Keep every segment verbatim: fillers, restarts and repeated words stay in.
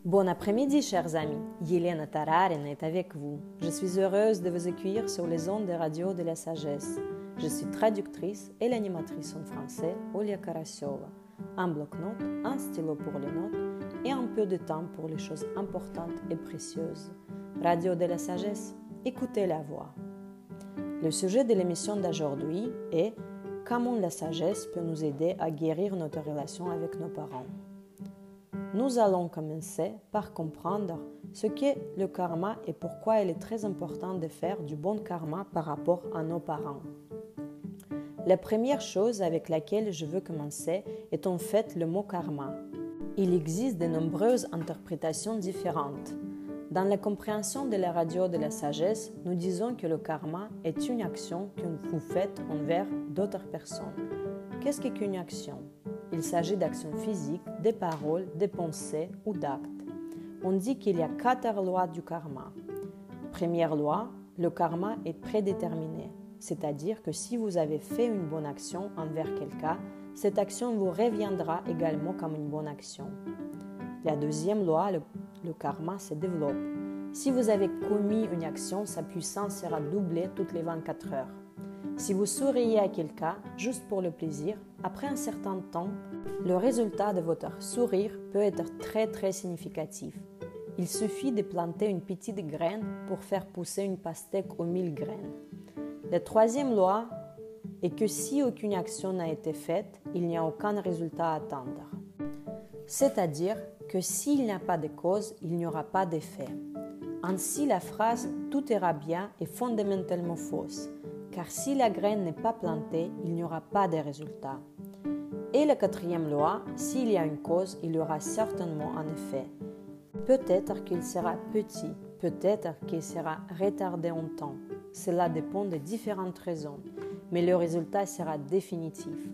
Bon après-midi, chers amis. Yelena Tararin est avec vous. Je suis heureuse de vous accueillir sur les ondes de radio de la sagesse. Je suis traductrice et l'animatrice en français, Olia Karasiova. Un bloc-notes, un stylo pour les notes et un peu de temps pour les choses importantes et précieuses. Radio de la sagesse, écoutez la voix. Le sujet de l'émission d'aujourd'hui est comment la sagesse peut nous aider à guérir notre relation avec nos parents. Nous allons commencer par comprendre ce qu'est le karma et pourquoi il est très important de faire du bon karma par rapport à nos parents. La première chose avec laquelle je veux commencer est en fait le mot karma. Il existe de nombreuses interprétations différentes. Dans la compréhension de la radio de la sagesse, nous disons que le karma est une action que vous faites envers d'autres personnes. Qu'est-ce qu'une action ? Il s'agit d'actions physiques, de paroles, de pensées ou d'actes. On dit qu'il y a quatre lois du karma. Première loi, le karma est prédéterminé, c'est-à-dire que si vous avez fait une bonne action envers quelqu'un, cette action vous reviendra également comme une bonne action. La deuxième loi, le, le karma se développe. Si vous avez commis une action, sa puissance sera doublée toutes les vingt-quatre heures. Si vous souriez à quelqu'un, juste pour le plaisir, après un certain temps, le résultat de votre sourire peut être très très significatif. Il suffit de planter une petite graine pour faire pousser une pastèque aux mille graines. La troisième loi est que si aucune action n'a été faite, il n'y a aucun résultat à attendre. C'est-à-dire que s'il n'y a pas de cause, il n'y aura pas d'effet. Ainsi, la phrase « tout ira bien » est fondamentalement fausse. Car si la graine n'est pas plantée, il n'y aura pas de résultat. Et la quatrième loi, s'il y a une cause, il y aura certainement un effet. Peut-être qu'il sera petit, peut-être qu'il sera retardé en temps. Cela dépend de différentes raisons, mais le résultat sera définitif.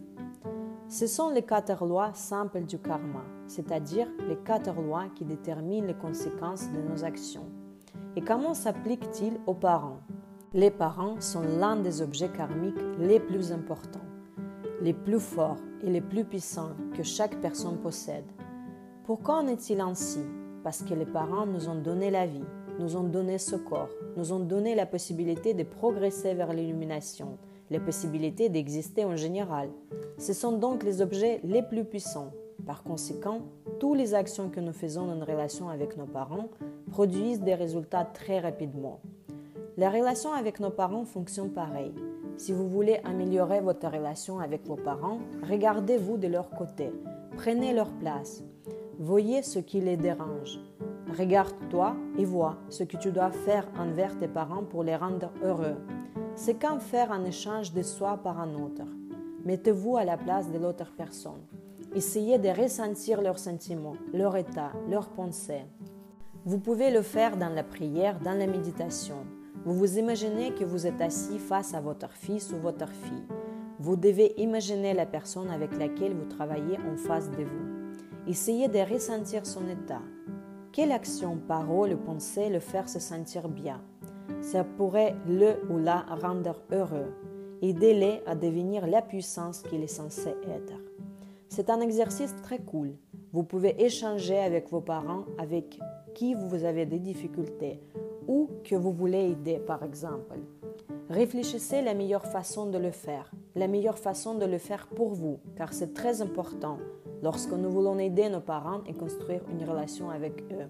Ce sont les quatre lois simples du karma, c'est-à-dire les quatre lois qui déterminent les conséquences de nos actions. Et comment s'applique-t-il aux parents ? Les parents sont l'un des objets karmiques les plus importants, les plus forts et les plus puissants que chaque personne possède. Pourquoi en est-il ainsi ? Parce que les parents nous ont donné la vie, nous ont donné ce corps, nous ont donné la possibilité de progresser vers l'illumination, la possibilité d'exister en général. Ce sont donc les objets les plus puissants. Par conséquent, toutes les actions que nous faisons en relation avec nos parents produisent des résultats très rapidement. La relation avec nos parents fonctionne pareil. Si vous voulez améliorer votre relation avec vos parents, regardez-vous de leur côté. Prenez leur place. Voyez ce qui les dérange. Regarde-toi et vois ce que tu dois faire envers tes parents pour les rendre heureux. C'est comme faire un échange de soi par un autre. Mettez-vous à la place de l'autre personne. Essayez de ressentir leurs sentiments, leur état, leurs pensées. Vous pouvez le faire dans la prière, dans la méditation. Vous vous imaginez que vous êtes assis face à votre fils ou votre fille. Vous devez imaginer la personne avec laquelle vous travaillez en face de vous. Essayez de ressentir son état. Quelle action, parole ou pensée le faire se sentir bien ? Ça pourrait le ou la rendre heureux. Aidez-les à devenir la puissance qu'il est censé être. C'est un exercice très cool. Vous pouvez échanger avec vos parents avec qui vous avez des difficultés ou que vous voulez aider, par exemple. Réfléchissez la meilleure façon de le faire, la meilleure façon de le faire pour vous, car c'est très important lorsque nous voulons aider nos parents et construire une relation avec eux.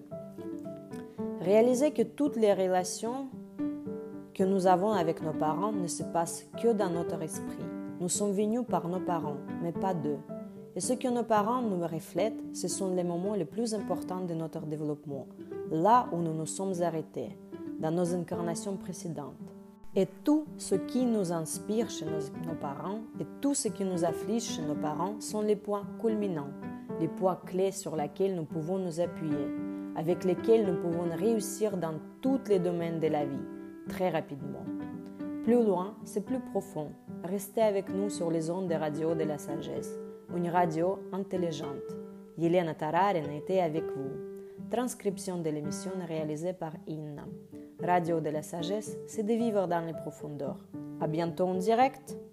Réalisez que toutes les relations que nous avons avec nos parents ne se passent que dans notre esprit. Nous sommes venus par nos parents, mais pas d'eux. Et ce que nos parents nous reflètent, ce sont les moments les plus importants de notre développement, là où nous nous sommes arrêtés, dans nos incarnations précédentes. Et tout ce qui nous inspire chez nos, nos parents et tout ce qui nous afflige chez nos parents sont les points culminants, les points clés sur lesquels nous pouvons nous appuyer, avec lesquels nous pouvons réussir dans tous les domaines de la vie, très rapidement. Plus loin, c'est plus profond. Restez avec nous sur les ondes de radio de la sagesse, une radio intelligente. Yelena Tararin était avec vous. Transcription de l'émission réalisée par Inna. Radio de la sagesse, c'est de vivre dans les profondeurs. À bientôt en direct!